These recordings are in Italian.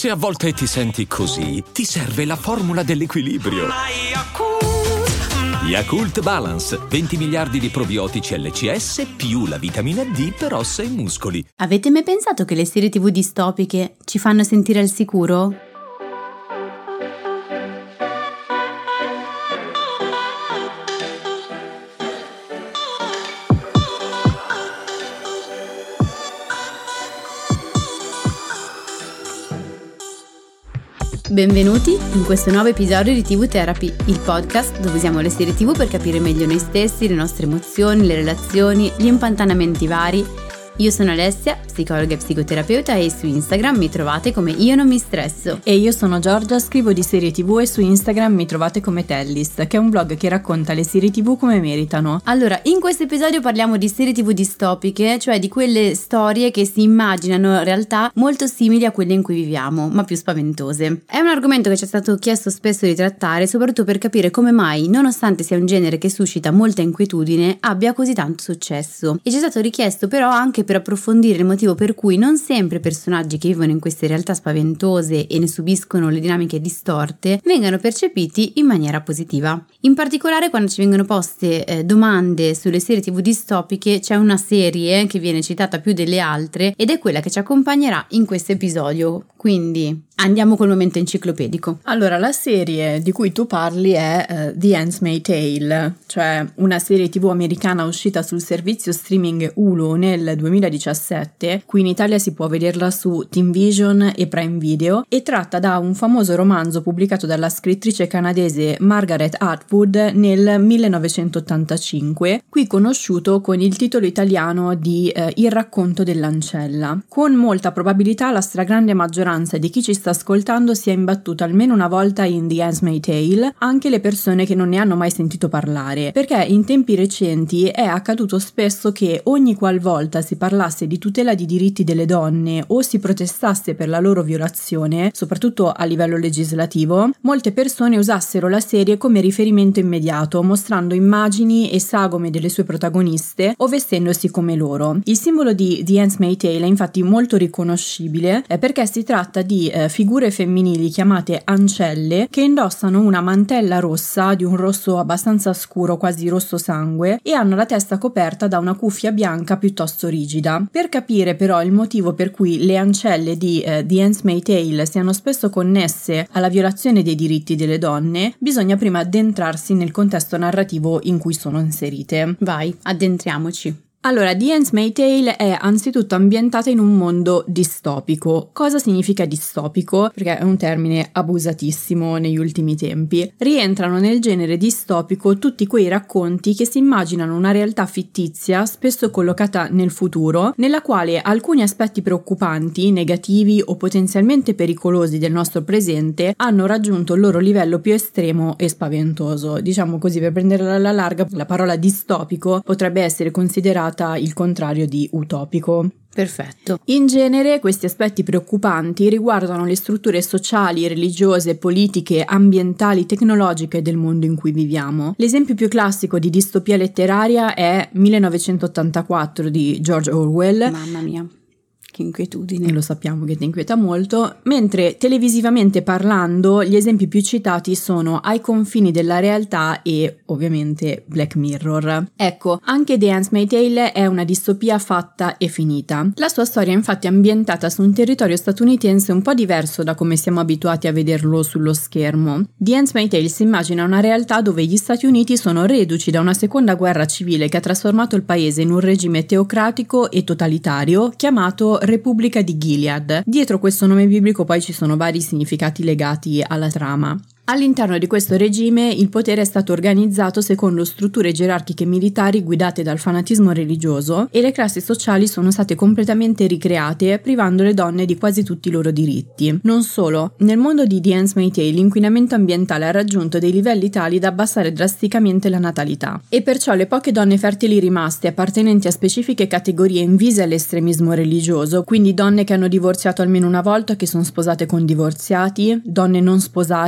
Se a volte ti senti così, ti serve la formula dell'equilibrio. Yakult Balance, 20 miliardi di probiotici LCS più la vitamina D per ossa e muscoli. Avete mai pensato che le serie TV distopiche ci fanno sentire al sicuro? Benvenuti in questo nuovo episodio di TV Therapy, il podcast dove usiamo le serie TV per capire meglio noi stessi, le nostre emozioni, le relazioni, gli impantanamenti vari. Io sono Alessia, psicologa e psicoterapeuta, e su Instagram mi trovate come Io non mi stresso. E io sono Giorgia, scrivo di serie TV e su Instagram mi trovate come Tellist, che è un blog che racconta le serie TV come meritano. Allora, in questo episodio parliamo di serie TV distopiche, cioè di quelle storie che si immaginano realtà molto simili a quelle in cui viviamo, ma più spaventose. È un argomento che ci è stato chiesto spesso di trattare, soprattutto per capire come mai, nonostante sia un genere che suscita molta inquietudine, abbia così tanto successo. E ci è stato richiesto però anche per approfondire il motivo per cui non sempre i personaggi che vivono in queste realtà spaventose e ne subiscono le dinamiche distorte vengano percepiti in maniera positiva. In particolare, quando ci vengono poste domande sulle serie TV distopiche, c'è una serie che viene citata più delle altre ed è quella che ci accompagnerà in questo episodio. Quindi andiamo col momento enciclopedico. Allora, la serie di cui tu parli è The Handmaid's Tale, cioè una serie TV americana uscita sul servizio streaming Hulu nel 2017. Qui in Italia si può vederla su TeamVision e Prime Video e tratta da un famoso romanzo pubblicato dalla scrittrice canadese Margaret Atwood nel 1985, qui conosciuto con il titolo italiano di Il racconto dell'ancella. Con molta probabilità la stragrande maggioranza di chi ci sta ascoltando si è imbattuta almeno una volta in The Handmaid's Tale, anche le persone che non ne hanno mai sentito parlare, perché in tempi recenti è accaduto spesso che ogni qualvolta si parlasse di tutela di diritti delle donne o si protestasse per la loro violazione, soprattutto a livello legislativo, molte persone usassero la serie come riferimento immediato, mostrando immagini e sagome delle sue protagoniste o vestendosi come loro. Il simbolo di The Handmaid's Tale è infatti molto riconoscibile perché si tratta di figure femminili chiamate ancelle che indossano una mantella rossa di un rosso abbastanza scuro, quasi rosso sangue, e hanno la testa coperta da una cuffia bianca piuttosto rigida. Per capire però il motivo per cui le ancelle di The Handmaid's Tale siano spesso connesse alla violazione dei diritti delle donne, bisogna prima addentrarsi nel contesto narrativo in cui sono inserite. Vai, addentriamoci. Allora, The Handmaid's Tale è anzitutto ambientata in un mondo distopico. Cosa significa distopico? Perché è un termine abusatissimo negli ultimi tempi. Rientrano nel genere distopico tutti quei racconti che si immaginano una realtà fittizia, spesso collocata nel futuro, nella quale alcuni aspetti preoccupanti, negativi o potenzialmente pericolosi del nostro presente hanno raggiunto il loro livello più estremo e spaventoso. Diciamo così, per prenderla alla larga, la parola distopico potrebbe essere considerata il contrario di utopico. Perfetto. In genere questi aspetti preoccupanti riguardano le strutture sociali, religiose, politiche, ambientali, tecnologiche del mondo in cui viviamo. L'esempio più classico di distopia letteraria è 1984 di George Orwell. Mamma mia, che inquietudine. E lo sappiamo che ti inquieta molto. Mentre televisivamente parlando gli esempi più citati sono Ai confini della realtà e ovviamente Black Mirror. Ecco, anche The Handmaid's Tale è una distopia fatta e finita. La sua storia è infatti ambientata su un territorio statunitense un po' diverso da come siamo abituati a vederlo sullo schermo. The Handmaid's Tale si immagina una realtà dove gli Stati Uniti sono reduci da una seconda guerra civile che ha trasformato il paese in un regime teocratico e totalitario chiamato Repubblica di Gilead. Dietro questo nome biblico poi ci sono vari significati legati alla trama. All'interno di questo regime il potere è stato organizzato secondo strutture gerarchiche militari guidate dal fanatismo religioso e le classi sociali sono state completamente ricreate, privando le donne di quasi tutti i loro diritti. Non solo, nel mondo di The Handmaid's Tale l'inquinamento ambientale ha raggiunto dei livelli tali da abbassare drasticamente la natalità e perciò le poche donne fertili rimaste appartenenti a specifiche categorie invise all'estremismo religioso, quindi donne che hanno divorziato almeno una volta, che sono sposate con divorziati, donne non sposate o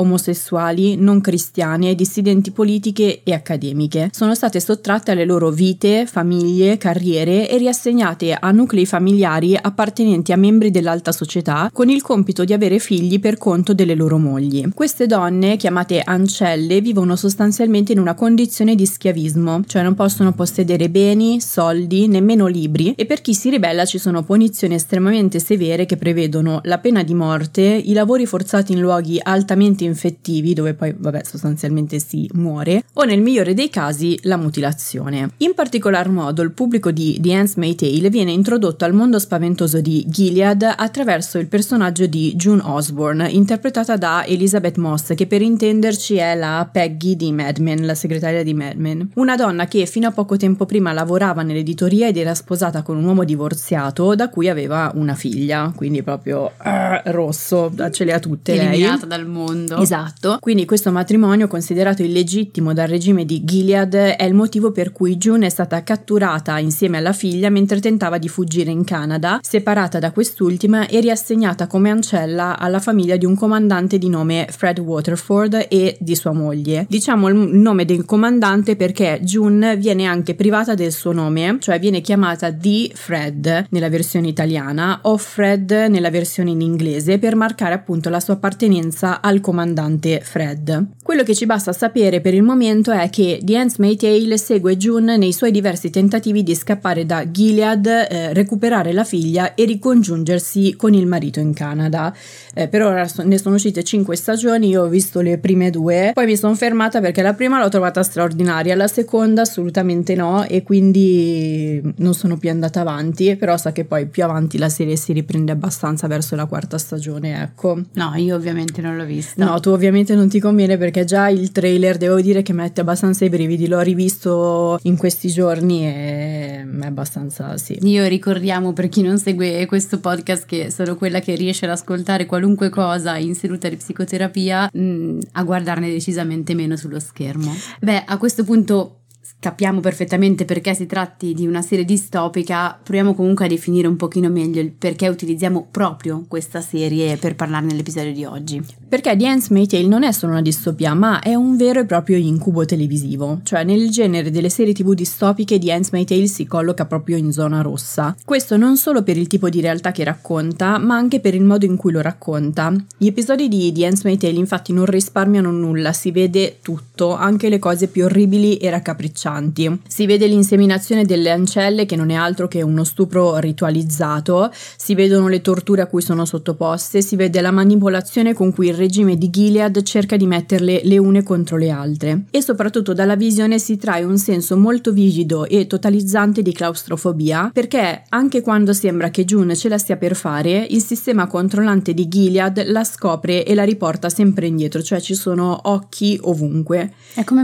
omosessuali, non cristiane, dissidenti politiche e accademiche. Sono state sottratte alle loro vite, famiglie, carriere e riassegnate a nuclei familiari appartenenti a membri dell'alta società con il compito di avere figli per conto delle loro mogli. Queste donne, chiamate ancelle, vivono sostanzialmente in una condizione di schiavismo, cioè non possono possedere beni, soldi, nemmeno libri, e per chi si ribella ci sono punizioni estremamente severe che prevedono la pena di morte, i lavori forzati in luoghi altamente infettivi dove poi sostanzialmente si muore, o nel migliore dei casi la mutilazione. In particolar modo il pubblico di The Handmaid's Tale viene introdotto al mondo spaventoso di Gilead attraverso il personaggio di June Osborne, interpretata da Elizabeth Moss, che per intenderci è la Peggy di Mad Men, la segretaria di Mad Men. Una donna che fino a poco tempo prima lavorava nell'editoria ed era sposata con un uomo divorziato da cui aveva una figlia, quindi proprio rosso, ce le ha tutte eliminata lei. dal mondo. Esatto. Quindi questo matrimonio, considerato illegittimo dal regime di Gilead, è il motivo per cui June è stata catturata insieme alla figlia mentre tentava di fuggire in Canada, separata da quest'ultima e riassegnata come ancella alla famiglia di un comandante di nome Fred Waterford e di sua moglie. Diciamo il nome del comandante perché June viene anche privata del suo nome, cioè viene chiamata The Fred nella versione italiana o Fred nella versione in inglese, per marcare appunto la sua appartenenza al comandante Fred. Quello che ci basta sapere per il momento è che The Handmaid's Tale segue June nei suoi diversi tentativi di scappare da Gilead, recuperare la figlia e ricongiungersi con il marito in Canada. Per ora ne sono uscite 5 stagioni, io ho visto le prime 2, poi mi sono fermata perché la prima l'ho trovata straordinaria, la seconda assolutamente no, e quindi non sono più andata avanti, però sa che poi più avanti la serie si riprende abbastanza verso la 4ª stagione, ecco. No, io ovviamente non l'ho vista. No, tu ovviamente non ti conviene perché già il trailer devo dire che mette abbastanza i brividi, l'ho rivisto in questi giorni e è abbastanza sì. Io ricordiamo, per chi non segue questo podcast, che sono quella che riesce ad ascoltare qualunque cosa in seduta di psicoterapia, a guardarne decisamente meno sullo schermo. Beh, a questo punto capiamo perfettamente perché si tratti di una serie distopica, proviamo comunque a definire un pochino meglio il perché utilizziamo proprio questa serie per parlarne nell'episodio di oggi. Perché The Handmaid's Tale non è solo una distopia, ma è un vero e proprio incubo televisivo, cioè nel genere delle serie TV distopiche The Handmaid's Tale si colloca proprio in zona rossa. Questo non solo per il tipo di realtà che racconta, ma anche per il modo in cui lo racconta. Gli episodi di The Handmaid's Tale infatti non risparmiano nulla, si vede tutto, anche le cose più orribili e raccapriccianti. Si vede l'inseminazione delle ancelle, che non è altro che uno stupro ritualizzato, si vedono le torture a cui sono sottoposte, si vede la manipolazione con cui il regime di Gilead cerca di metterle le une contro le altre, e soprattutto dalla visione si trae un senso molto vivido e totalizzante di claustrofobia, perché anche quando sembra che June ce la stia per fare, il sistema controllante di Gilead la scopre e la riporta sempre indietro, cioè ci sono occhi ovunque. È come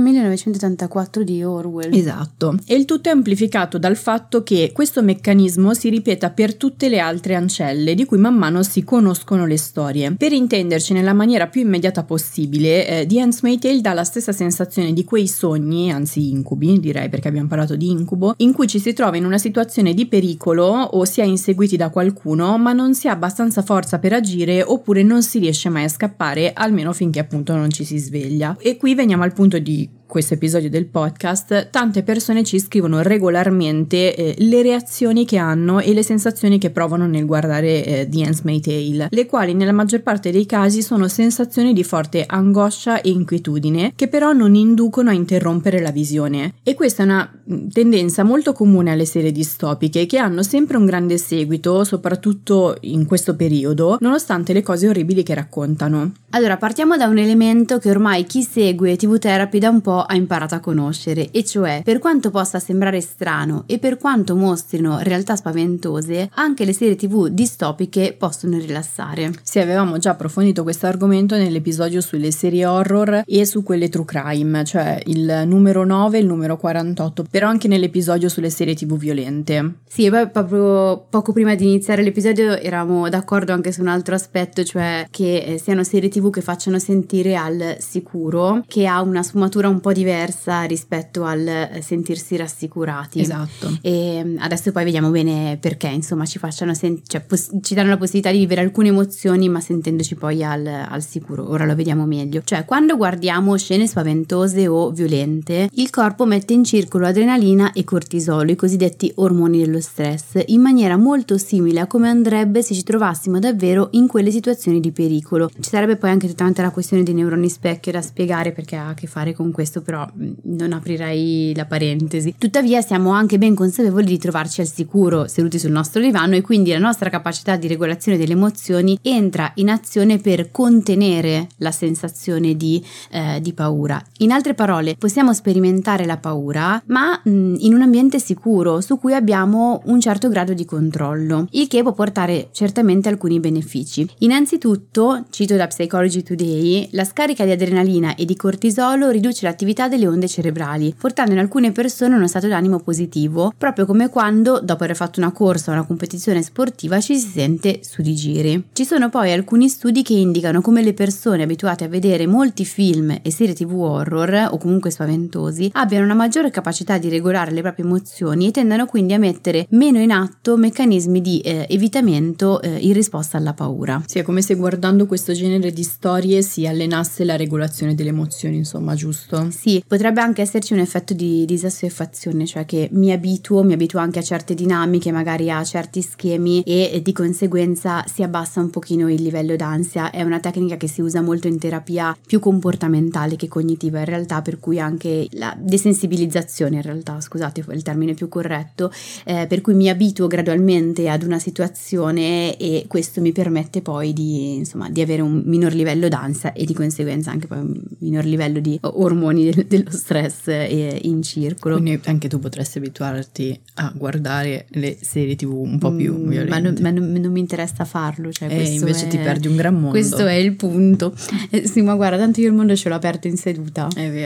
1984 di Orwell. Esatto, e il tutto è amplificato dal fatto che questo meccanismo si ripeta per tutte le altre ancelle di cui man mano si conoscono le storie. Per intenderci nella maniera più immediata possibile, The Handmaid's Tale dà la stessa sensazione di quei sogni, anzi incubi direi perché abbiamo parlato di incubo, in cui ci si trova in una situazione di pericolo o si è inseguiti da qualcuno ma non si ha abbastanza forza per agire, oppure non si riesce mai a scappare, almeno finché appunto non ci si sveglia. E qui veniamo al punto di questo episodio del podcast. Tante persone ci scrivono regolarmente le reazioni che hanno e le sensazioni che provano nel guardare The Handmaid's Tale, le quali nella maggior parte dei casi sono sensazioni di forte angoscia e inquietudine che però non inducono a interrompere la visione. E questa è una tendenza molto comune alle serie distopiche, che hanno sempre un grande seguito, soprattutto in questo periodo, nonostante le cose orribili che raccontano. Allora, partiamo da un elemento che ormai chi segue TV Therapy da un po' ha imparato a conoscere, e cioè, per quanto possa sembrare strano e per quanto mostrino realtà spaventose, anche le serie TV distopiche possono rilassare. Sì, avevamo già approfondito questo argomento nell'episodio sulle serie horror e su quelle true crime, cioè il numero 9 e il numero 48, però anche nell'episodio sulle serie TV violente. Sì, e poi proprio poco prima di iniziare l'episodio eravamo d'accordo anche su un altro aspetto, cioè che siano serie TV che facciano sentire al sicuro, che ha una sfumatura un po' po' diversa rispetto al sentirsi rassicurati. Esatto. E adesso poi vediamo bene perché, insomma, ci facciano ci danno la possibilità di vivere alcune emozioni ma sentendoci poi al sicuro. Ora lo vediamo meglio. Cioè, quando guardiamo scene spaventose o violente, il corpo mette in circolo adrenalina e cortisolo, i cosiddetti ormoni dello stress, in maniera molto simile a come andrebbe se ci trovassimo davvero in quelle situazioni di pericolo. Ci sarebbe poi anche tutta la questione dei neuroni specchio da spiegare, perché ha a che fare con questo, però non aprirei la parentesi. Tuttavia siamo anche ben consapevoli di trovarci al sicuro seduti sul nostro divano, e quindi la nostra capacità di regolazione delle emozioni entra in azione per contenere la sensazione di paura. In altre parole, possiamo sperimentare la paura ma in un ambiente sicuro su cui abbiamo un certo grado di controllo, il che può portare certamente alcuni benefici. Innanzitutto, cito da Psychology Today, la scarica di adrenalina e di cortisolo riduce l'attività delle onde cerebrali, portando in alcune persone uno stato d'animo positivo, proprio come quando, dopo aver fatto una corsa o una competizione sportiva, ci si sente su di giri. Ci sono poi alcuni studi che indicano come le persone abituate a vedere molti film e serie TV horror o comunque spaventosi abbiano una maggiore capacità di regolare le proprie emozioni e tendano quindi a mettere meno in atto meccanismi di evitamento in risposta alla paura. Sì, è come se guardando questo genere di storie si allenasse la regolazione delle emozioni, insomma, giusto? Sì, potrebbe anche esserci un effetto di disassuefazione, cioè che mi abituo anche a certe dinamiche, magari a certi schemi, e di conseguenza si abbassa un pochino il livello d'ansia. È una tecnica che si usa molto in terapia più comportamentale che cognitiva in realtà, per cui anche la desensibilizzazione, in realtà, scusate, è il termine più corretto, per cui mi abituo gradualmente ad una situazione e questo mi permette poi di avere un minor livello d'ansia e di conseguenza anche poi un minor livello di ormoni dello stress in circolo. Quindi anche tu potresti abituarti a guardare le serie TV un po' più violente. Ma non mi interessa farlo, cioè invece ti perdi un gran mondo. Questo è il punto. Sì, ma guarda, tanto io il mondo ce l'ho aperto in seduta. È vero.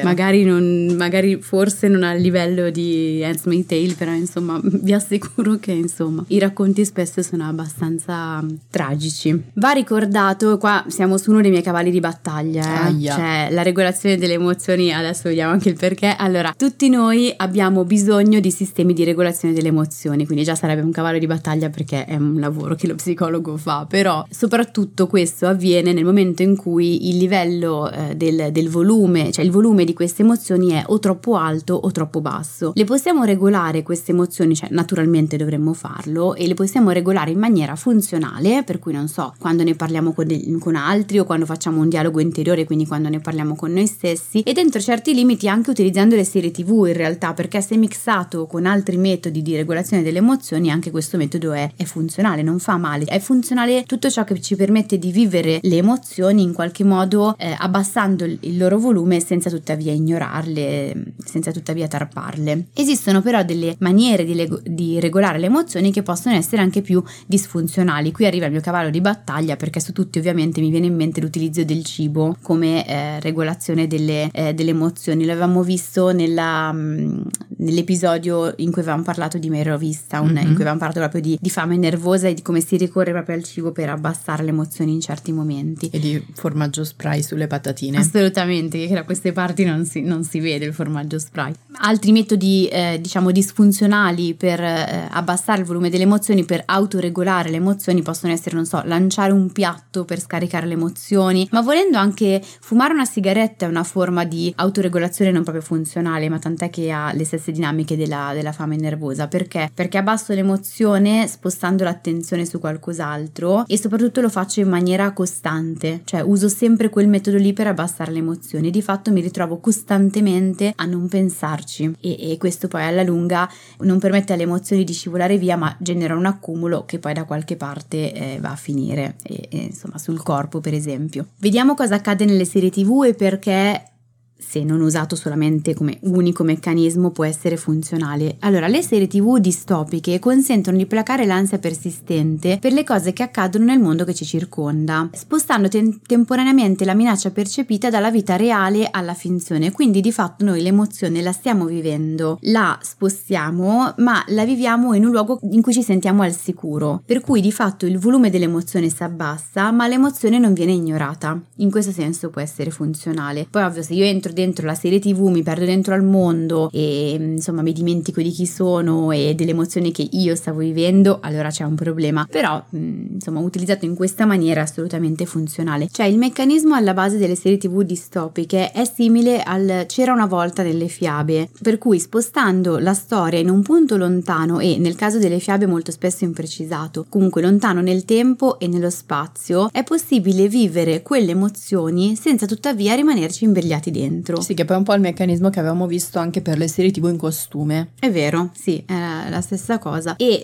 Magari forse non al livello di Handmaid's Tale, però insomma vi assicuro che i racconti spesso sono abbastanza tragici. Va ricordato, qua siamo su uno dei miei cavalli di battaglia, cioè la regolazione delle emozioni. Adesso vediamo anche il perché. Allora, tutti noi abbiamo bisogno di sistemi di regolazione delle emozioni, quindi già sarebbe un cavallo di battaglia perché è un lavoro che lo psicologo fa, però soprattutto questo avviene nel momento in cui il livello del volume, cioè il volume di queste emozioni è o troppo alto o troppo basso. Le possiamo regolare queste emozioni, cioè naturalmente dovremmo farlo, e le possiamo regolare in maniera funzionale, per cui non so, quando ne parliamo con altri o quando facciamo un dialogo interiore, quindi quando ne parliamo con noi stessi, e dentro certi limiti anche utilizzando le serie TV in realtà, perché se mixato con altri metodi di regolazione delle emozioni anche questo metodo è funzionale, non fa male, è funzionale tutto ciò che ci permette di vivere le emozioni in qualche modo abbassando il loro volume senza tuttavia ignorarle, senza tuttavia tarparle. Esistono però delle maniere di regolare le emozioni che possono essere anche più disfunzionali. Qui arriva il mio cavallo di battaglia, perché su tutti ovviamente mi viene in mente l'utilizzo del cibo come regolazione delle emozioni. L'avevamo visto nell'episodio in cui avevamo parlato di Mare of Easttown, in cui avevamo parlato proprio di fame nervosa e di come si ricorre proprio al cibo per abbassare le emozioni in certi momenti. E di formaggio spray sulle patatine. Assolutamente, che da queste parti non si vede il formaggio spray. Altri metodi disfunzionali per abbassare il volume delle emozioni, per autoregolare le emozioni, possono essere, non so, lanciare un piatto per scaricare le emozioni, ma volendo anche fumare una sigaretta è una forma di autoregolazione non proprio funzionale, ma tant'è che ha le stesse dinamiche della fame nervosa. Perché? Perché abbasso l'emozione spostando l'attenzione su qualcos'altro, e soprattutto lo faccio in maniera costante, cioè uso sempre quel metodo lì per abbassare le emozioni. Di fatto mi ritrovo costantemente a non pensarci e questo poi alla lunga non permette alle emozioni di scivolare via, ma genera un accumulo che poi da qualche parte va a finire sul corpo, per esempio. Vediamo cosa accade nelle serie TV e perché, se non usato solamente come unico meccanismo, può essere funzionale. Allora, le serie TV distopiche consentono di placare l'ansia persistente per le cose che accadono nel mondo che ci circonda, spostando temporaneamente la minaccia percepita dalla vita reale alla finzione. Quindi di fatto noi l'emozione la stiamo vivendo, la spostiamo, ma la viviamo in un luogo in cui ci sentiamo al sicuro, per cui di fatto il volume dell'emozione si abbassa, ma l'emozione non viene ignorata. In questo senso può essere funzionale. Poi ovvio, se io entro entro dentro la serie TV, mi perdo dentro al mondo e insomma mi dimentico di chi sono e delle emozioni che io stavo vivendo, allora c'è un problema. Però insomma, utilizzato in questa maniera è assolutamente funzionale. Cioè il meccanismo alla base delle serie TV distopiche è simile al c'era una volta nelle fiabe, per cui spostando la storia in un punto lontano e nel caso delle fiabe molto spesso imprecisato, comunque lontano nel tempo e nello spazio, è possibile vivere quelle emozioni senza tuttavia rimanerci imbrigliati dentro. Sì, che poi è un po' il meccanismo che avevamo visto anche per le serie TV in costume. È vero, sì, è la stessa cosa. E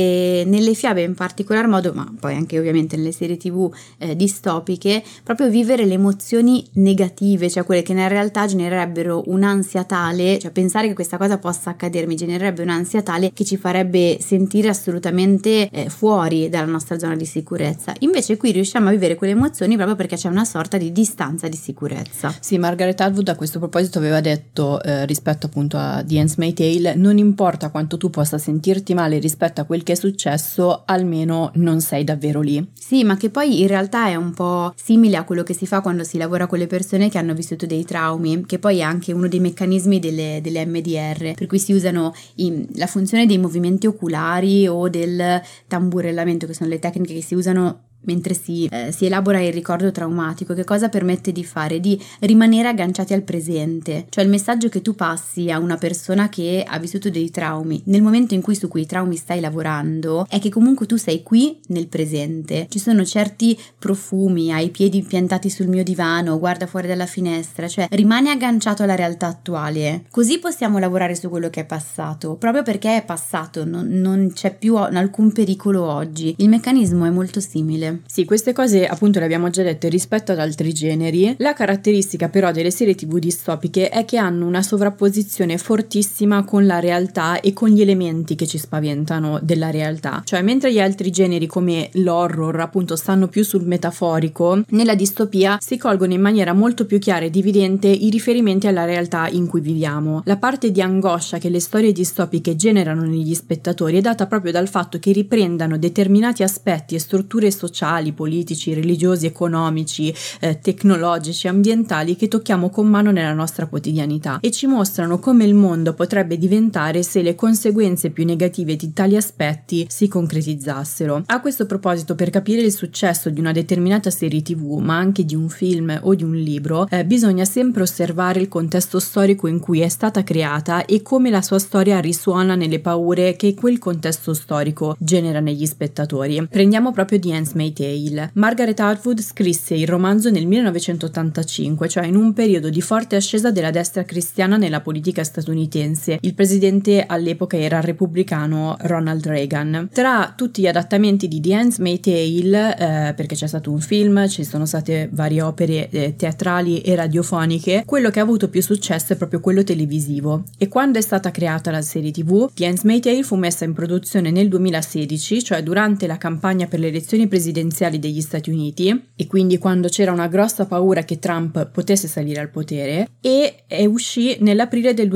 nelle fiabe in particolar modo, ma poi anche ovviamente nelle serie TV distopiche, proprio vivere le emozioni negative, cioè quelle che nella realtà genererebbero un'ansia tale, cioè pensare che questa cosa possa accadermi genererebbe un'ansia tale che ci farebbe sentire assolutamente fuori dalla nostra zona di sicurezza. Invece qui riusciamo a vivere quelle emozioni proprio perché c'è una sorta di distanza di sicurezza. Sì, Margaret Atwood a questo proposito aveva detto rispetto appunto a The Handmaid's Tale: non importa quanto tu possa sentirti male rispetto a quel che è successo, almeno non sei davvero lì. Sì, ma che poi in realtà è un po' simile a quello che si fa quando si lavora con le persone che hanno vissuto dei traumi, che poi è anche uno dei meccanismi delle MDR, per cui si usano la funzione dei movimenti oculari o del tamburellamento, che sono le tecniche che si usano mentre si elabora il ricordo traumatico. Che cosa permette di fare? Di rimanere agganciati al presente, cioè il messaggio che tu passi a una persona che ha vissuto dei traumi nel momento in cui su quei traumi stai lavorando è che comunque tu sei qui nel presente. Ci sono certi profumi, hai i piedi piantati sul mio divano, guarda fuori dalla finestra, cioè rimani agganciato alla realtà attuale. Così possiamo lavorare su quello che è passato, proprio perché è passato, non c'è più alcun pericolo oggi. Il meccanismo è molto simile. Sì, queste cose appunto le abbiamo già dette rispetto ad altri generi. La caratteristica però delle serie TV distopiche è che hanno una sovrapposizione fortissima con la realtà e con gli elementi che ci spaventano della realtà. Cioè, mentre gli altri generi come l'horror appunto stanno più sul metaforico, nella distopia si colgono in maniera molto più chiara ed evidente i riferimenti alla realtà in cui viviamo. La parte di angoscia che le storie distopiche generano negli spettatori è data proprio dal fatto che riprendano determinati aspetti e strutture sociali, politici, religiosi, economici, tecnologici, ambientali che tocchiamo con mano nella nostra quotidianità e ci mostrano come il mondo potrebbe diventare se le conseguenze più negative di tali aspetti si concretizzassero. A questo proposito, per capire il successo di una determinata serie TV, ma anche di un film o di un libro, bisogna sempre osservare il contesto storico in cui è stata creata e come la sua storia risuona nelle paure che quel contesto storico genera negli spettatori. Prendiamo proprio The Handmaid's Tale. Margaret Atwood scrisse il romanzo nel 1985, cioè in un periodo di forte ascesa della destra cristiana nella politica statunitense. Il presidente all'epoca era il repubblicano Ronald Reagan. Tra tutti gli adattamenti di The Handmaid's Tale, perché c'è stato un film, ci sono state varie opere teatrali e radiofoniche, quello che ha avuto più successo è proprio quello televisivo. E quando è stata creata la serie TV, The Handmaid's Tale fu messa in produzione nel 2016, cioè durante la campagna per le elezioni presidenziali degli Stati Uniti, e quindi quando c'era una grossa paura che Trump potesse salire al potere, e uscì nell'aprile del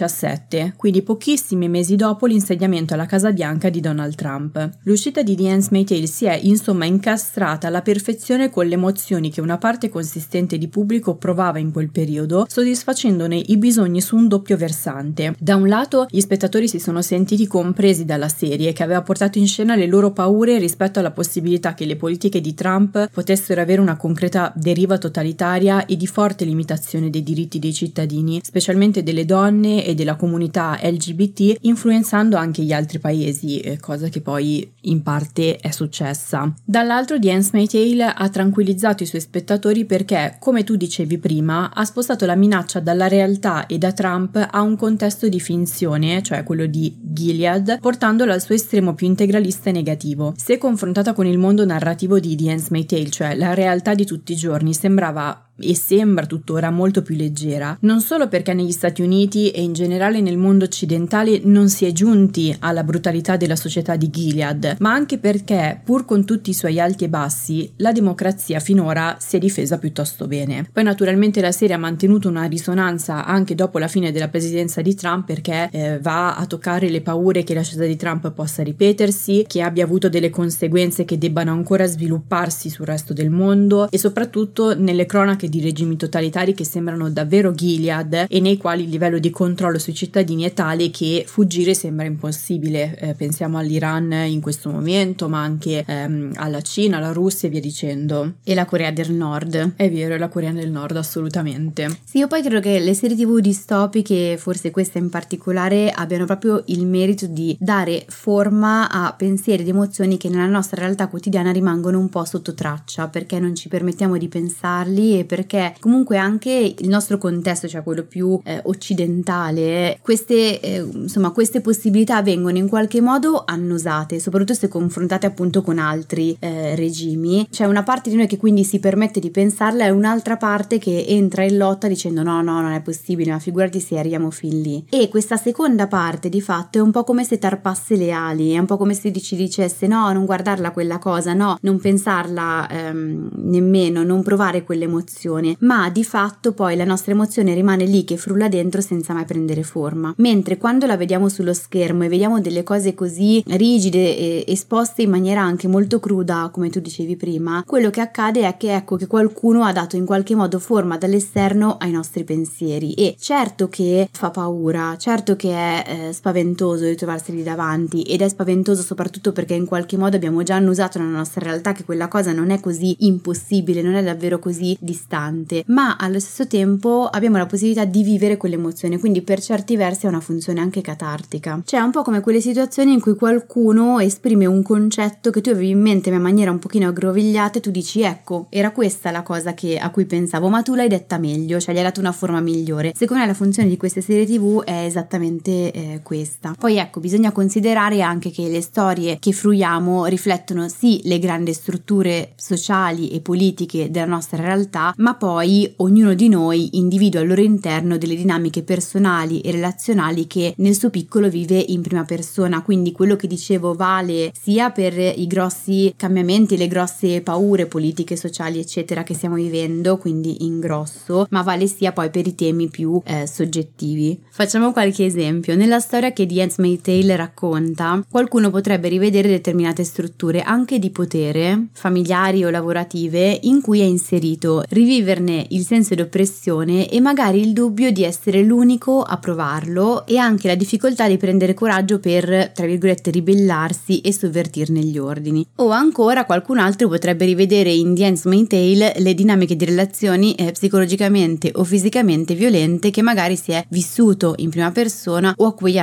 2017, quindi pochissimi mesi dopo l'insediamento alla Casa Bianca di Donald Trump. L'uscita di The Handmaid's Tale si è insomma incastrata alla perfezione con le emozioni che una parte consistente di pubblico provava in quel periodo, soddisfacendone i bisogni su un doppio versante. Da un lato, gli spettatori si sono sentiti compresi dalla serie, che aveva portato in scena le loro paure rispetto alla possibilità che le politiche di Trump potessero avere una concreta deriva totalitaria e di forte limitazione dei diritti dei cittadini, specialmente delle donne e della comunità LGBT, influenzando anche gli altri paesi, cosa che poi in parte è successa. Dall'altro, The Handmaid's Tale ha tranquillizzato i suoi spettatori perché, come tu dicevi prima, ha spostato la minaccia dalla realtà e da Trump a un contesto di finzione, cioè quello di Gilead, portandola al suo estremo più integralista e negativo. Se confrontata con il mondo narrativo di The Handmaid's Tale, cioè la realtà di tutti i giorni, sembrava e sembra tuttora molto più leggera, non solo perché negli Stati Uniti e in generale nel mondo occidentale non si è giunti alla brutalità della società di Gilead, ma anche perché, pur con tutti i suoi alti e bassi, la democrazia finora si è difesa piuttosto bene. Poi naturalmente la serie ha mantenuto una risonanza anche dopo la fine della presidenza di Trump, perché va a toccare le paure che l'ascesa di Trump possa ripetersi, che abbia avuto delle conseguenze che debbano ancora svilupparsi sul resto del mondo, e soprattutto nelle cronache anche di regimi totalitari che sembrano davvero Gilead e nei quali il livello di controllo sui cittadini è tale che fuggire sembra impossibile. Pensiamo all'Iran in questo momento, ma anche alla Cina, alla Russia e via dicendo. E la Corea del Nord. È vero, è la Corea del Nord, assolutamente. Sì, io poi credo che le serie TV distopiche, forse questa in particolare, abbiano proprio il merito di dare forma a pensieri ed emozioni che nella nostra realtà quotidiana rimangono un po' sotto traccia, perché non ci permettiamo di pensarli e perché comunque anche il nostro contesto, cioè quello più occidentale, queste possibilità vengono in qualche modo annusate, soprattutto se confrontate appunto con altri regimi. C'è una parte di noi che quindi si permette di pensarla e un'altra parte che entra in lotta dicendo no, non è possibile, ma figurati se arriviamo fin lì. E questa seconda parte di fatto è un po' come se tarpasse le ali, è un po' come se ci dicesse no, non guardarla quella cosa, no, non pensarla nemmeno, non provare quell'emozione, ma di fatto poi la nostra emozione rimane lì che frulla dentro senza mai prendere forma. Mentre quando la vediamo sullo schermo e vediamo delle cose così rigide e esposte in maniera anche molto cruda, come tu dicevi prima, quello che accade è che ecco che qualcuno ha dato in qualche modo forma dall'esterno ai nostri pensieri. E certo che fa paura, certo che è spaventoso ritrovarseli davanti, ed è spaventoso soprattutto perché in qualche modo abbiamo già annusato nella nostra realtà che quella cosa non è così impossibile, non è davvero così distante, ma allo stesso tempo abbiamo la possibilità di vivere quell'emozione, quindi per certi versi ha una funzione anche catartica. Cioè è un po' come quelle situazioni in cui qualcuno esprime un concetto che tu avevi in mente ma in maniera un pochino aggrovigliata e tu dici ecco, era questa la cosa a cui pensavo, ma tu l'hai detta meglio, cioè gli hai dato una forma migliore. Secondo me la funzione di queste serie TV è esattamente questa. Poi ecco, bisogna considerare anche che le storie che fruiamo riflettono sì le grandi strutture sociali e politiche della nostra realtà, ma poi ognuno di noi individua al loro interno delle dinamiche personali e relazionali che nel suo piccolo vive in prima persona. Quindi quello che dicevo vale sia per i grossi cambiamenti, le grosse paure politiche, sociali eccetera che stiamo vivendo, quindi in grosso, ma vale sia poi per i temi più soggettivi. Facciamo qualche esempio. Nella storia che The Handmaid's Tale racconta, qualcuno potrebbe rivedere determinate strutture anche di potere, familiari o lavorative, in cui è inserito, riviverne il senso di oppressione e magari il dubbio di essere l'unico a provarlo e anche la difficoltà di prendere coraggio per, tra virgolette, ribellarsi e sovvertirne gli ordini. O ancora qualcun altro potrebbe rivedere in The Handmaid's Tale le dinamiche di relazioni psicologicamente o fisicamente violente che magari si è vissuto in prima persona o a cui si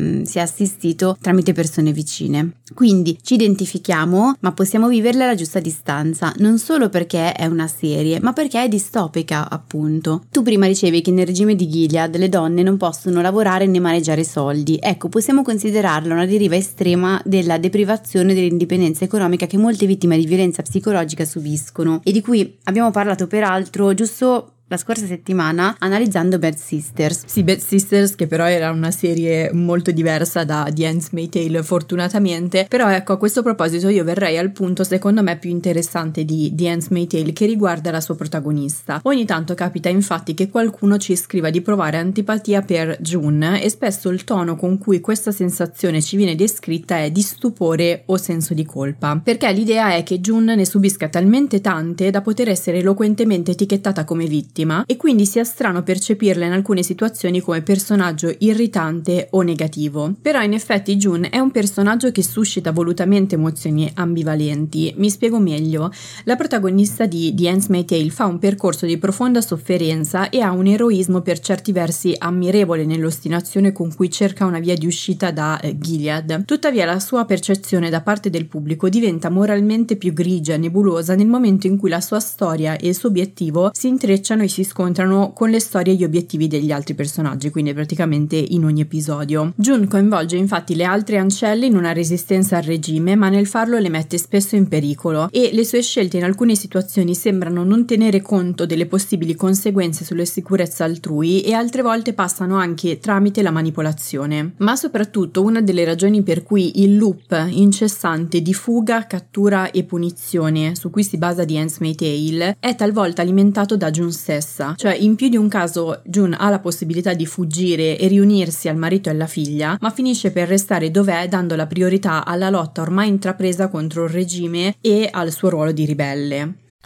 è assistito tramite persone vicine. Quindi ci identifichiamo, ma possiamo viverla alla giusta distanza, non solo perché è una serie, ma perché è distopica, appunto. Tu prima dicevi che nel regime di Gilead le donne non possono lavorare né maneggiare soldi. Ecco, possiamo considerarla una deriva estrema della deprivazione dell'indipendenza economica che molte vittime di violenza psicologica subiscono e di cui abbiamo parlato peraltro giusto la scorsa settimana analizzando Bad Sisters. Sì, Bad Sisters, che però era una serie molto diversa da The Handmaid's Tale fortunatamente, però ecco, a questo proposito io verrei al punto secondo me più interessante di The Handmaid's Tale, che riguarda la sua protagonista. Ogni tanto capita infatti che qualcuno ci scriva di provare antipatia per June e spesso il tono con cui questa sensazione ci viene descritta è di stupore o senso di colpa, perché l'idea è che June ne subisca talmente tante da poter essere eloquentemente etichettata come vittima e quindi sia strano percepirla in alcune situazioni come personaggio irritante o negativo. Però in effetti June è un personaggio che suscita volutamente emozioni ambivalenti. Mi spiego meglio. La protagonista di The Handmaid's Tale fa un percorso di profonda sofferenza e ha un eroismo per certi versi ammirevole nell'ostinazione con cui cerca una via di uscita da Gilead. Tuttavia la sua percezione da parte del pubblico diventa moralmente più grigia e nebulosa nel momento in cui la sua storia e il suo obiettivo si intrecciano e si scontrano con le storie e gli obiettivi degli altri personaggi, quindi praticamente in ogni episodio. June coinvolge infatti le altre ancelle in una resistenza al regime, ma nel farlo le mette spesso in pericolo e le sue scelte in alcune situazioni sembrano non tenere conto delle possibili conseguenze sulla sicurezza altrui e altre volte passano anche tramite la manipolazione. Ma soprattutto una delle ragioni per cui il loop incessante di fuga, cattura e punizione su cui si basa The Handmaid's Tale è talvolta alimentato da June stessa. Cioè in più di un caso June ha la possibilità di fuggire e riunirsi al marito e alla figlia, ma finisce per restare dov'è dando la priorità alla lotta ormai intrapresa contro il regime e al suo ruolo di ribelle.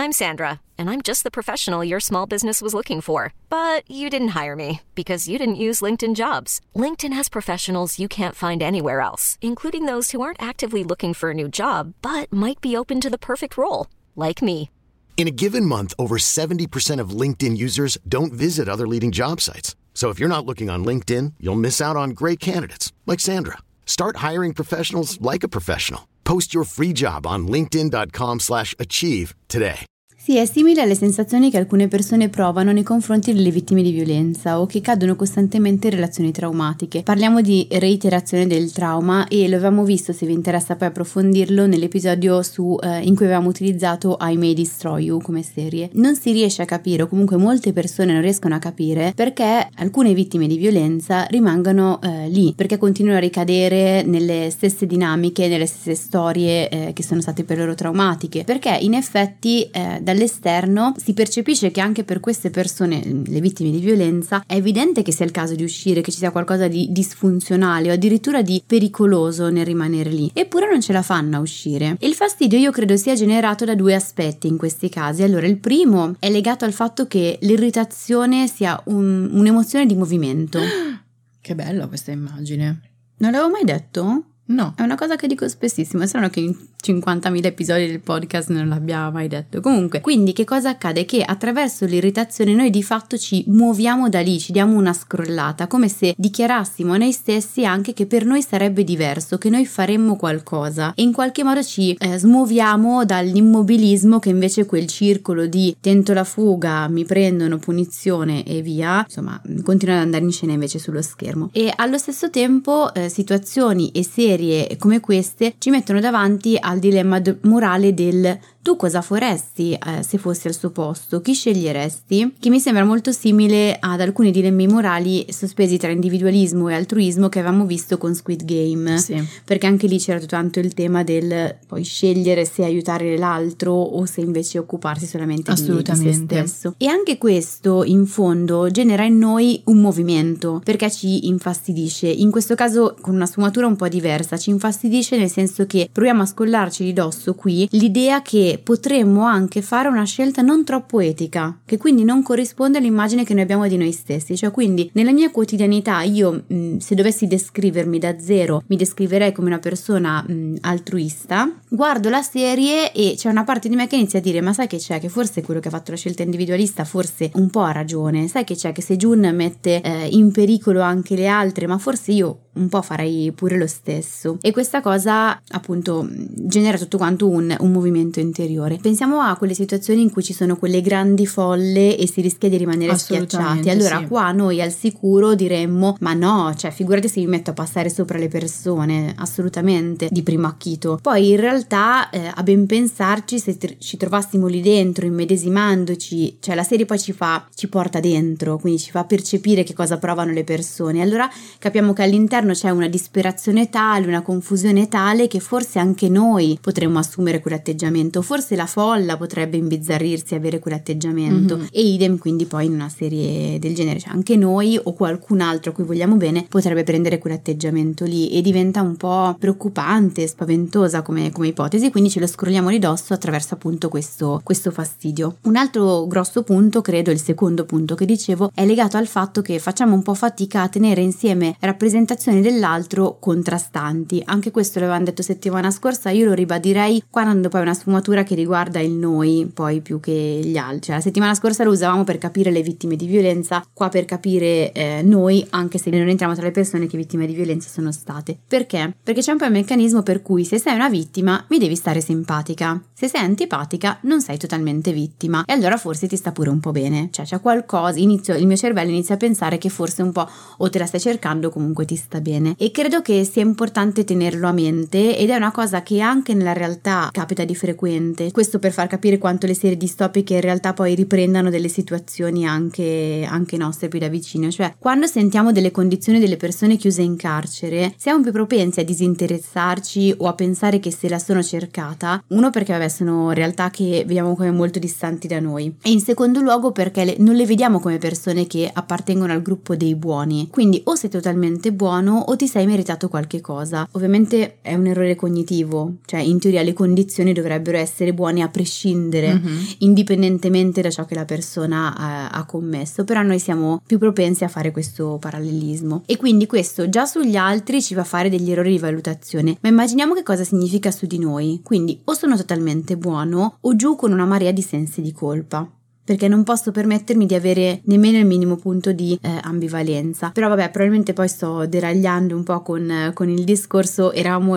I'm Sandra, and I'm just the professional your small business was looking for. But you didn't hire me because you didn't use LinkedIn Jobs. LinkedIn has professionals you can't find anywhere else, including those who aren't actively looking for a new job, but might be open to the perfect role, like me. In a given month, over 70% of LinkedIn users don't visit other leading job sites. So if you're not looking on LinkedIn, you'll miss out on great candidates like Sandra. Start hiring professionals like a professional. Post your free job on linkedin.com/achieve today. Sì, è simile alle sensazioni che alcune persone provano nei confronti delle vittime di violenza o che cadono costantemente in relazioni traumatiche. Parliamo di reiterazione del trauma e lo avevamo visto, se vi interessa poi approfondirlo, nell'episodio in cui avevamo utilizzato I May Destroy You come serie. Non si riesce a capire, o comunque molte persone non riescono a capire, perché alcune vittime di violenza rimangono lì, perché continuano a ricadere nelle stesse dinamiche, nelle stesse storie che sono state per loro traumatiche, perché in effetti dall'esterno si percepisce che anche per queste persone, le vittime di violenza, è evidente che sia il caso di uscire, che ci sia qualcosa di disfunzionale o addirittura di pericoloso nel rimanere lì, eppure non ce la fanno a uscire. E il fastidio io credo sia generato da due aspetti in questi casi. Allora, il primo è legato al fatto che l'irritazione sia un'emozione di movimento. Che bella questa immagine. Non l'avevo mai detto? No. È una cosa che dico spessissimo, strano che in 50.000 episodi del podcast non l'abbiamo mai detto. Comunque, quindi che cosa accade? Che attraverso l'irritazione noi di fatto ci muoviamo da lì, ci diamo una scrollata, come se dichiarassimo a noi stessi anche che per noi sarebbe diverso, che noi faremmo qualcosa e in qualche modo ci smuoviamo dall'immobilismo che invece quel circolo di tento la fuga, mi prendono, punizione e via, insomma, continua ad andare in scena invece sullo schermo. E allo stesso tempo situazioni e serie come queste ci mettono davanti al dilemma morale del tu cosa faresti se fossi al suo posto, chi sceglieresti? Che mi sembra molto simile ad alcuni dilemmi morali sospesi tra individualismo e altruismo che avevamo visto con Squid Game, sì. Perché anche lì c'era tanto il tema del poi scegliere se aiutare l'altro o se invece occuparsi solamente di se stesso. E anche questo in fondo genera in noi un movimento, perché ci infastidisce, in questo caso con una sfumatura un po' diversa, ci infastidisce nel senso che proviamo a scollarci di dosso qui l'idea che potremmo anche fare una scelta non troppo etica, che quindi non corrisponde all'immagine che noi abbiamo di noi stessi. Cioè, quindi nella mia quotidianità io se dovessi descrivermi da zero mi descriverei come una persona altruista. Guardo la serie e c'è una parte di me che inizia a dire: ma sai che c'è, che forse quello che ha fatto la scelta individualista forse un po' ha ragione, sai che c'è, che se Jun mette in pericolo anche le altre, ma forse io un po' farei pure lo stesso. E questa cosa appunto genera tutto quanto un movimento interiore. Pensiamo a quelle situazioni in cui ci sono quelle grandi folle e si rischia di rimanere schiacciati. Allora sì, qua noi al sicuro diremmo: ma no, cioè figurati se mi metto a passare sopra le persone, assolutamente, di primo acchito. Poi in realtà a ben pensarci, se ci trovassimo lì dentro immedesimandoci, cioè la serie poi ci porta dentro, quindi ci fa percepire che cosa provano le persone. Allora capiamo che all'interno c'è una disperazione tale, una confusione tale che forse anche noi potremmo assumere quell'atteggiamento, forse la folla potrebbe imbizzarrirsi e avere quell'atteggiamento, e idem quindi poi in una serie del genere, cioè anche noi o qualcun altro a cui vogliamo bene potrebbe prendere quell'atteggiamento lì e diventa un po' preoccupante, spaventosa come ipotesi, quindi ce lo scrolliamo di dosso attraverso appunto questo fastidio. Un altro grosso punto, credo il secondo punto che dicevo, è legato al fatto che facciamo un po' fatica a tenere insieme rappresentazioni dell'altro contrastanti. Anche questo l'avevamo detto settimana scorsa, io lo ribadirei qua, dando poi una sfumatura che riguarda il noi poi più che gli altri. Cioè, la settimana scorsa lo usavamo per capire le vittime di violenza, qua per capire noi, anche se non entriamo tra le persone che vittime di violenza sono state. Perché? Perché c'è un po' il meccanismo per cui se sei una vittima mi devi stare simpatica, se sei antipatica non sei totalmente vittima e allora forse ti sta pure un po' bene, cioè c'è qualcosa, il mio cervello inizia a pensare che forse un po' o te la stai cercando o comunque ti sta bene, e credo che sia importante tenerlo a mente, ed è una cosa che anche nella realtà capita di frequente. Questo per far capire quanto le serie distopiche in realtà poi riprendano delle situazioni anche nostre più da vicino. Cioè, quando sentiamo delle condizioni delle persone chiuse in carcere siamo più propensi a disinteressarci o a pensare che se la sono cercata, uno perché sono realtà che vediamo come molto distanti da noi, e in secondo luogo perché non le vediamo come persone che appartengono al gruppo dei buoni. Quindi o sei totalmente buono o ti sei meritato qualche cosa. Ovviamente è un errore cognitivo, cioè in teoria le condizioni dovrebbero essere essere buoni a prescindere, indipendentemente da ciò che la persona ha commesso, però noi siamo più propensi a fare questo parallelismo e quindi questo già sugli altri ci fa fare degli errori di valutazione, ma immaginiamo che cosa significa su di noi, quindi o sono totalmente buono o giù con una marea di sensi di colpa, perché non posso permettermi di avere nemmeno il minimo punto di ambivalenza. Però vabbè, probabilmente poi sto deragliando un po' con il discorso, eravamo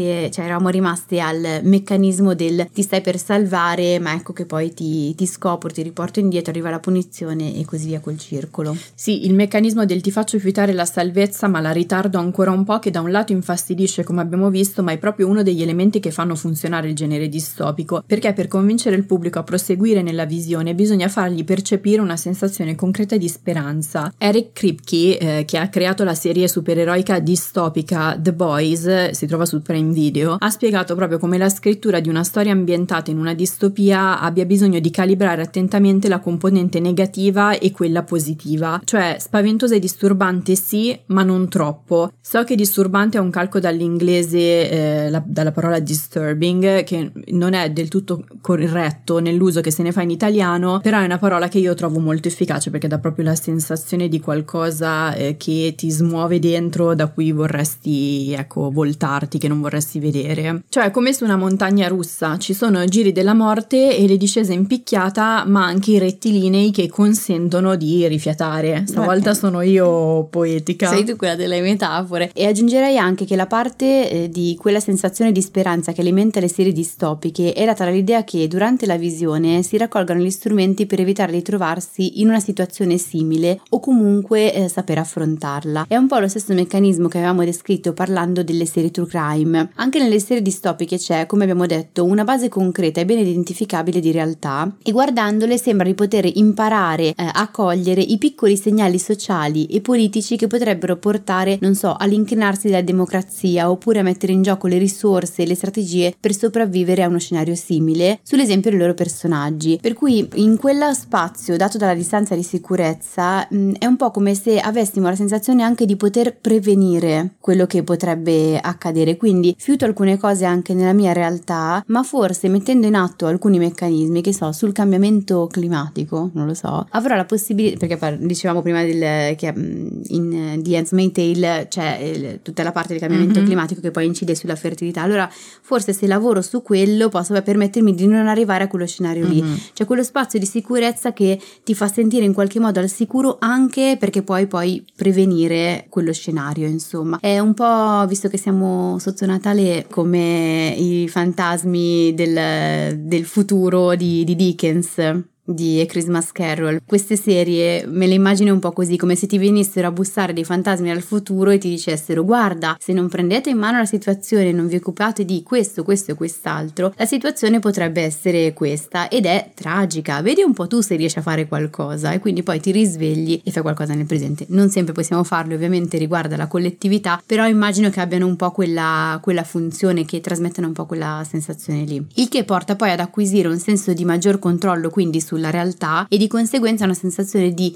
rimasti al meccanismo del ti stai per salvare, ma ecco che poi ti scopro, ti riporto indietro, arriva la punizione e così via col circolo. Sì, il meccanismo del ti faccio fiutare la salvezza ma la ritardo ancora un po', che da un lato infastidisce come abbiamo visto, ma è proprio uno degli elementi che fanno funzionare il genere distopico, perché per convincere il pubblico a proseguire nella visione bisogna fargli percepire una sensazione concreta di speranza. Eric Kripke, che ha creato la serie supereroica distopica The Boys, si trova su Prime Video, ha spiegato proprio come la scrittura di una storia ambientata in una distopia abbia bisogno di calibrare attentamente la componente negativa e quella positiva, cioè spaventosa e disturbante sì, ma non troppo. So che disturbante è un calco dall'inglese, dalla parola disturbing, che non è del tutto corretto nell'uso che se ne fa in italiano, però è una parola che io trovo molto efficace perché dà proprio la sensazione di qualcosa che ti smuove dentro, da cui vorresti voltarti, che non vorresti vedere. Cioè come su una montagna russa, ci sono giri della morte e le discese in picchiata, ma anche i rettilinei che consentono di rifiatare. Stavolta sono io poetica. Sei tu quella delle metafore. E aggiungerei anche che la parte di quella sensazione di speranza che alimenta le serie distopiche è data dall'idea che durante la visione si raccolgano gli strumenti per evitare di trovarsi in una situazione simile o comunque saper affrontarla. È un po' lo stesso meccanismo che avevamo descritto parlando delle serie true crime. Anche nelle serie distopiche c'è, come abbiamo detto, una base concreta e ben identificabile di realtà, e guardandole sembra di poter imparare a cogliere i piccoli segnali sociali e politici che potrebbero portare, non so, all'inclinarsi della democrazia oppure a mettere in gioco le risorse e le strategie per sopravvivere a uno scenario simile, sull'esempio dei loro personaggi. Per cui in quello spazio dato dalla distanza di sicurezza è un po' come se avessimo la sensazione anche di poter prevenire quello che potrebbe accadere, quindi fiuto alcune cose anche nella mia realtà, ma forse mettendo in atto alcuni meccanismi, che so, sul cambiamento climatico, non lo so, avrò la possibilità, perché dicevamo prima che in The Handmaid's Tale c'è tutta la parte del cambiamento climatico che poi incide sulla fertilità, allora forse se lavoro su quello posso permettermi di non arrivare a quello scenario lì, cioè quello spazio di sicurezza che ti fa sentire in qualche modo al sicuro, anche perché puoi prevenire quello scenario. Insomma, è un po', visto che siamo sotto Natale, come i fantasmi del futuro di Dickens, di A Christmas Carol. Queste serie me le immagino un po' così, come se ti venissero a bussare dei fantasmi dal futuro e ti dicessero: guarda, se non prendete in mano la situazione, non vi occupate di questo e quest'altro, la situazione potrebbe essere questa, ed è tragica, vedi un po' tu se riesci a fare qualcosa, e quindi poi ti risvegli e fai qualcosa nel presente. Non sempre possiamo farlo, ovviamente riguarda la collettività, però immagino che abbiano un po' quella funzione, che trasmettano un po' quella sensazione lì, il che porta poi ad acquisire un senso di maggior controllo quindi sulla realtà, e di conseguenza una sensazione di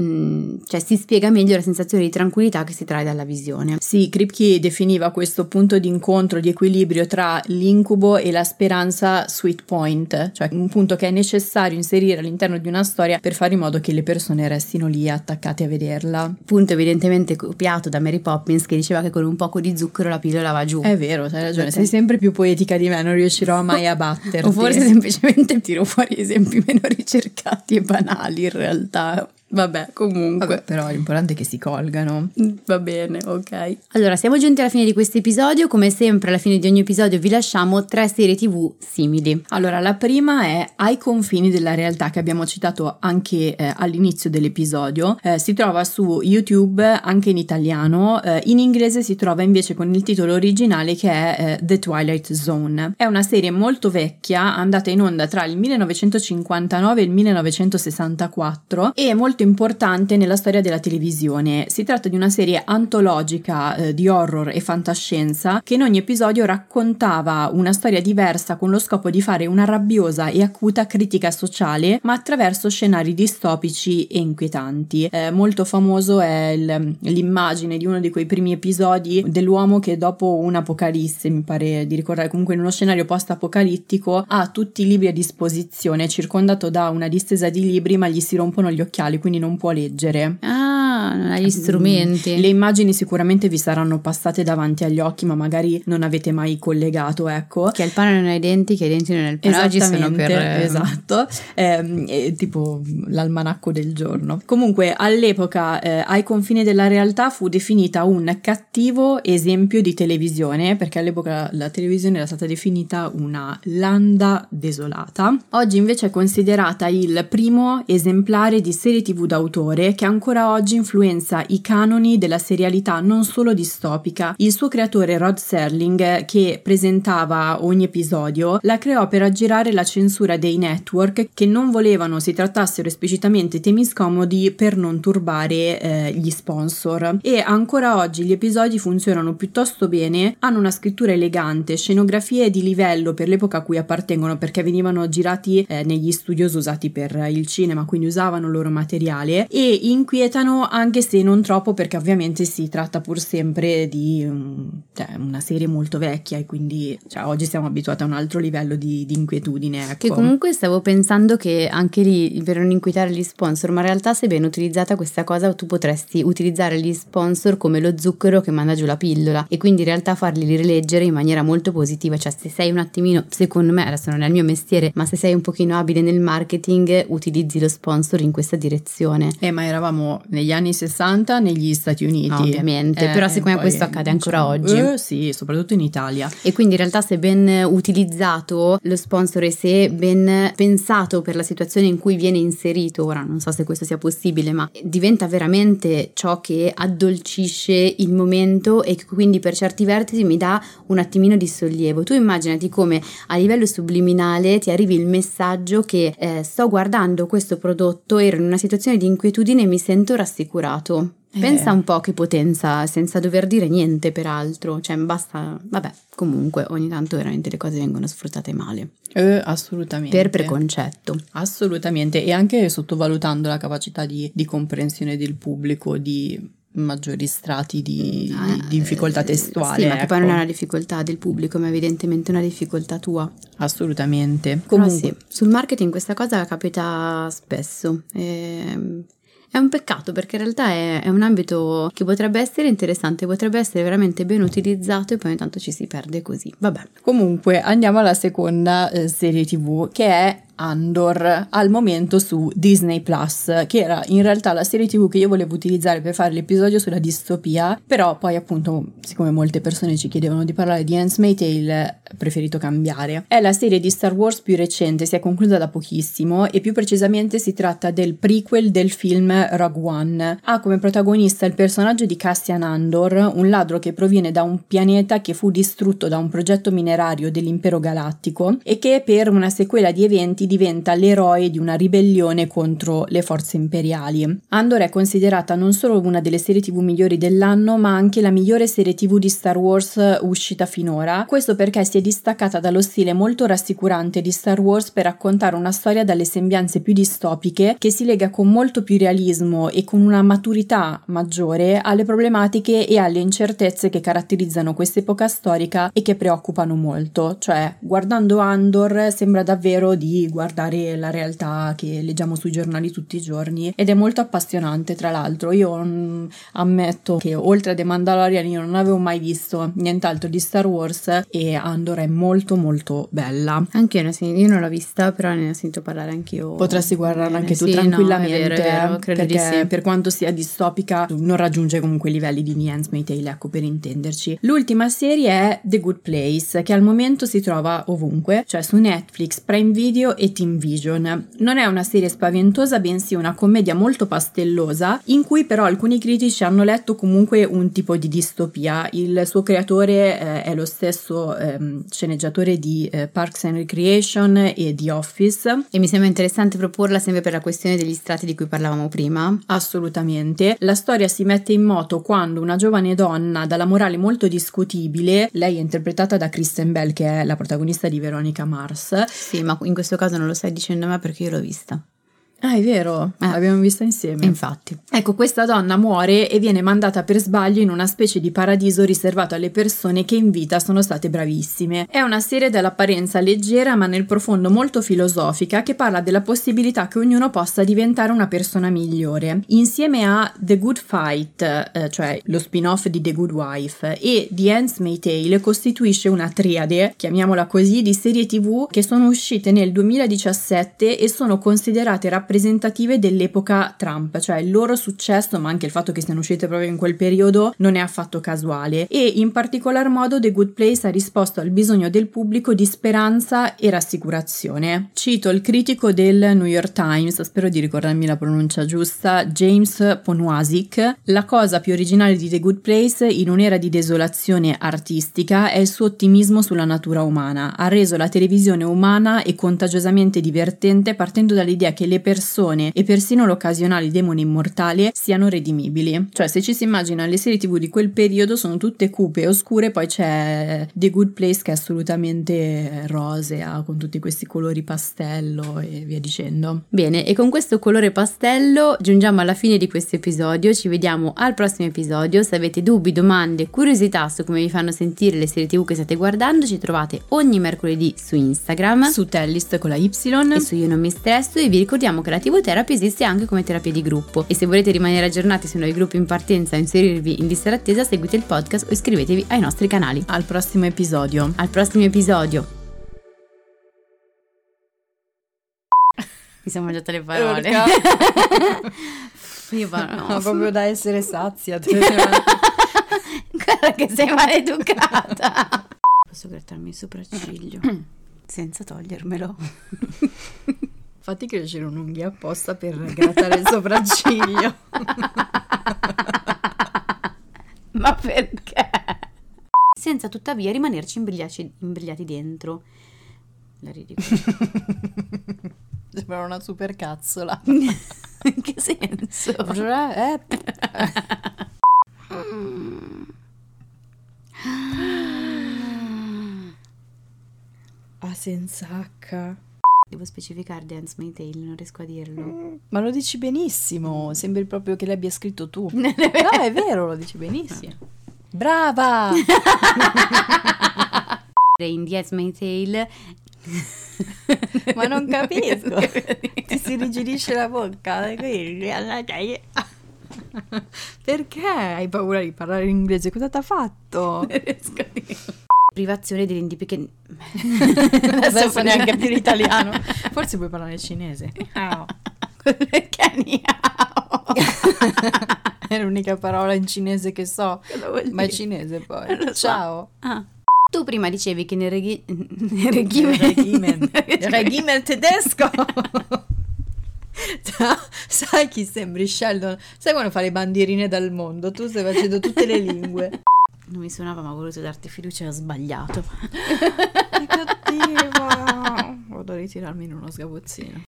cioè si spiega meglio la sensazione di tranquillità che si trae dalla visione. Sì, Kripke definiva questo punto di incontro, di equilibrio tra l'incubo e la speranza sweet point, cioè un punto che è necessario inserire all'interno di una storia per fare in modo che le persone restino lì attaccate a vederla. Punto evidentemente copiato da Mary Poppins, che diceva che con un poco di zucchero la pillola va giù. È vero, hai ragione, sei sempre più poetica di me, non riuscirò mai a batterti. O forse semplicemente tiro fuori esempi meno ricercati e banali in realtà. Vabbè, comunque. Vabbè, però l'importante è che si colgano. Va bene, ok. Allora, siamo giunti alla fine di questo episodio. Come sempre, alla fine di ogni episodio vi lasciamo 3 serie TV simili. Allora, la prima è Ai confini della realtà, che abbiamo citato anche all'inizio dell'episodio. Si trova su YouTube anche in italiano. In inglese si trova invece con il titolo originale, che è The Twilight Zone. È una serie molto vecchia, andata in onda tra il 1959 e il 1964, e è molto importante nella storia della televisione. Si tratta di una serie antologica di horror e fantascienza che in ogni episodio raccontava una storia diversa con lo scopo di fare una rabbiosa e acuta critica sociale, ma attraverso scenari distopici e inquietanti. Molto famoso è l'immagine di uno di quei primi episodi dell'uomo che dopo un'apocalisse, mi pare di ricordare, comunque in uno scenario post-apocalittico, ha tutti i libri a disposizione, circondato da una distesa di libri, ma gli si rompono gli occhiali, quindi non può leggere. Ah, non ha gli strumenti. Le immagini sicuramente vi saranno passate davanti agli occhi, ma magari non avete mai collegato, ecco. Che al pane non ha i denti, che i denti non ha il pane. Oggi sono per... Esatto, tipo l'almanacco del giorno. Comunque all'epoca ai confini della realtà fu definita un cattivo esempio di televisione, perché all'epoca la televisione era stata definita una landa desolata. Oggi invece è considerata il primo esemplare di serie TV d'autore che ancora oggi influenza i canoni della serialità non solo distopica. Il suo creatore Rod Serling, che presentava ogni episodio, la creò per aggirare la censura dei network che non volevano si trattassero esplicitamente temi scomodi per non turbare gli sponsor. E ancora oggi gli episodi funzionano piuttosto bene, hanno una scrittura elegante, scenografie di livello per l'epoca a cui appartengono, perché venivano girati negli studios usati per il cinema, quindi usavano il loro materiale, e inquietano anche se non troppo, perché ovviamente si tratta pur sempre di una serie molto vecchia e quindi oggi siamo abituati a un altro livello di inquietudine, ecco. Che comunque stavo pensando che anche lì, per non inquietare gli sponsor, ma in realtà se ben utilizzata questa cosa tu potresti utilizzare gli sponsor come lo zucchero che manda giù la pillola e quindi in realtà farli rileggere in maniera molto positiva. Cioè, se sei un attimino, secondo me, adesso non è il mio mestiere, ma se sei un pochino abile nel marketing, utilizzi lo sponsor in questa direzione. Ma eravamo negli anni 60 negli Stati Uniti. No, ovviamente, però siccome questo accade ancora oggi. Sì, soprattutto in Italia. E quindi in realtà se ben utilizzato lo sponsor e se ben pensato per la situazione in cui viene inserito, ora non so se questo sia possibile, ma diventa veramente ciò che addolcisce il momento e che quindi per certi vertici mi dà un attimino di sollievo. Tu immaginati come a livello subliminale ti arrivi il messaggio che sto guardando questo prodotto, ero in una situazione di inquietudine e mi sento rassicurato. Pensa un po' che potenza, senza dover dire niente peraltro, cioè basta, vabbè, comunque ogni tanto veramente le cose vengono sfruttate male. Assolutamente. Per preconcetto. Assolutamente, e anche sottovalutando la capacità di comprensione del pubblico, di maggiori strati di difficoltà testuale. Sì, ma che poi non è una difficoltà del pubblico, ma evidentemente una difficoltà tua. Assolutamente. Comunque, sì, sul marketing questa cosa capita spesso. È un peccato, perché in realtà è un ambito che potrebbe essere interessante, potrebbe essere veramente ben utilizzato e poi ogni tanto ci si perde così. Vabbè. Comunque andiamo alla seconda serie TV, che è Andor, al momento su Disney Plus, che era in realtà la serie TV che io volevo utilizzare per fare l'episodio sulla distopia, però poi appunto, siccome molte persone ci chiedevano di parlare di Handmaid's Tale, ho preferito cambiare. È la serie di Star Wars più recente, si è conclusa da pochissimo e più precisamente si tratta del prequel del film Rogue One. Ha come protagonista il personaggio di Cassian Andor, un ladro che proviene da un pianeta che fu distrutto da un progetto minerario dell'impero galattico e che per una sequela di eventi diventa l'eroe di una ribellione contro le forze imperiali. Andor è considerata non solo una delle serie TV migliori dell'anno, ma anche la migliore serie TV di Star Wars uscita finora. Questo perché si è distaccata dallo stile molto rassicurante di Star Wars per raccontare una storia dalle sembianze più distopiche, che si lega con molto più realismo e con una maturità maggiore alle problematiche e alle incertezze che caratterizzano quest'epoca storica e che preoccupano molto. Cioè, guardando Andor sembra davvero di guardare la realtà che leggiamo sui giornali tutti i giorni, ed è molto appassionante. Tra l'altro io ammetto che oltre a The Mandalorian io non avevo mai visto nient'altro di Star Wars e Andor è molto molto bella. Anche io non l'ho vista, però ne ho sentito parlare anch'io. Potresti guardarla anche tu, sì, tranquillamente. No, è vero, credo perché di sì. Per quanto sia distopica non raggiunge comunque i livelli di Handmaid's Tale, ecco, per intenderci. L'ultima serie è The Good Place, che al momento si trova ovunque, cioè su Netflix, Prime Video e e Teen Vision. Non è una serie spaventosa, bensì una commedia molto pastellosa, in cui però alcuni critici hanno letto comunque un tipo di distopia. Il suo creatore è lo stesso sceneggiatore di Parks and Recreation e The Office. E mi sembra interessante proporla sempre per la questione degli strati di cui parlavamo prima. Assolutamente. La storia si mette in moto quando una giovane donna dalla morale molto discutibile, lei è interpretata da Kristen Bell, che è la protagonista di Veronica Mars. Sì, ma in questo caso non lo stai dicendo a me perché io l'ho vista. Ah, è vero, l'abbiamo vista insieme. Infatti. Ecco, questa donna muore e viene mandata per sbaglio in una specie di paradiso riservato alle persone che in vita sono state bravissime. È una serie dall'apparenza leggera ma nel profondo molto filosofica, che parla della possibilità che ognuno possa diventare una persona migliore. Insieme a The Good Fight, cioè lo spin-off di The Good Wife, e The Handmaid's Tale, costituisce una triade, chiamiamola così, di serie TV che sono uscite nel 2017 e sono considerate rappresentative dell'epoca Trump, cioè il loro successo, ma anche il fatto che siano uscite proprio in quel periodo, non è affatto casuale. E in particolar modo The Good Place ha risposto al bisogno del pubblico di speranza e rassicurazione. Cito il critico del New York Times, spero di ricordarmi la pronuncia giusta, James Poniewozik: la cosa più originale di The Good Place in un'era di desolazione artistica è il suo ottimismo sulla natura umana. Ha reso la televisione umana e contagiosamente divertente, partendo dall'idea che le persone e persino l'occasionale demone immortale siano redimibili. Cioè, se ci si immagina, le serie TV di quel periodo sono tutte cupe e oscure, poi c'è The Good Place che è assolutamente rosea, con tutti questi colori pastello e via dicendo. Bene, e con questo colore pastello giungiamo alla fine di questo episodio. Ci vediamo al prossimo episodio. Se avete dubbi, domande, curiosità su come vi fanno sentire le serie TV che state guardando, ci trovate ogni mercoledì su Instagram, su Tellist con la Y, e su Io Non Mi Stresso. E vi ricordiamo che la TV Therapy esiste anche come terapia di gruppo, e se volete rimanere aggiornati sui nuovi gruppi in partenza o inserirvi in lista d'attesa, seguite il podcast o iscrivetevi ai nostri canali. Al prossimo episodio. Al prossimo episodio. Mi sono mangiata le parole. Io parlo, no, proprio da essere sazia. Guarda che sei maleducata. Posso grattarmi il sopracciglio senza togliermelo. Fatti crescere un'unghia apposta per grattare il sopracciglio. Ma perché? Senza tuttavia rimanerci imbrigliati dentro. La ridicolo. Sembra una super cazzola. In che senso? Ah, senza H. Devo specificare The Handmaid's Tale, non riesco a dirlo. Ma lo dici benissimo, sembri proprio che l'abbia scritto tu. No, è vero, lo dici benissimo. Brava! In The Handmaid's Tale. Ma non capisco. Ti si rigidisce la bocca. Perché hai paura di parlare in inglese? Cosa ti ha fatto? Non riesco a dirlo. Privazione dell'indipendente. Adesso neanche più l'italiano. Forse puoi parlare cinese. Perché È l'unica parola in cinese che so. Ma è cinese poi. Ciao. Tu prima dicevi che nel regime tedesco. Sai chi sembri, Sheldon? Sai quando fa le bandierine dal mondo? Tu stai facendo tutte le lingue. Non mi suonava, ma ho voluto darti fiducia e ho sbagliato. Che cattiva. Vado a ritirarmi in uno sgabuzzino.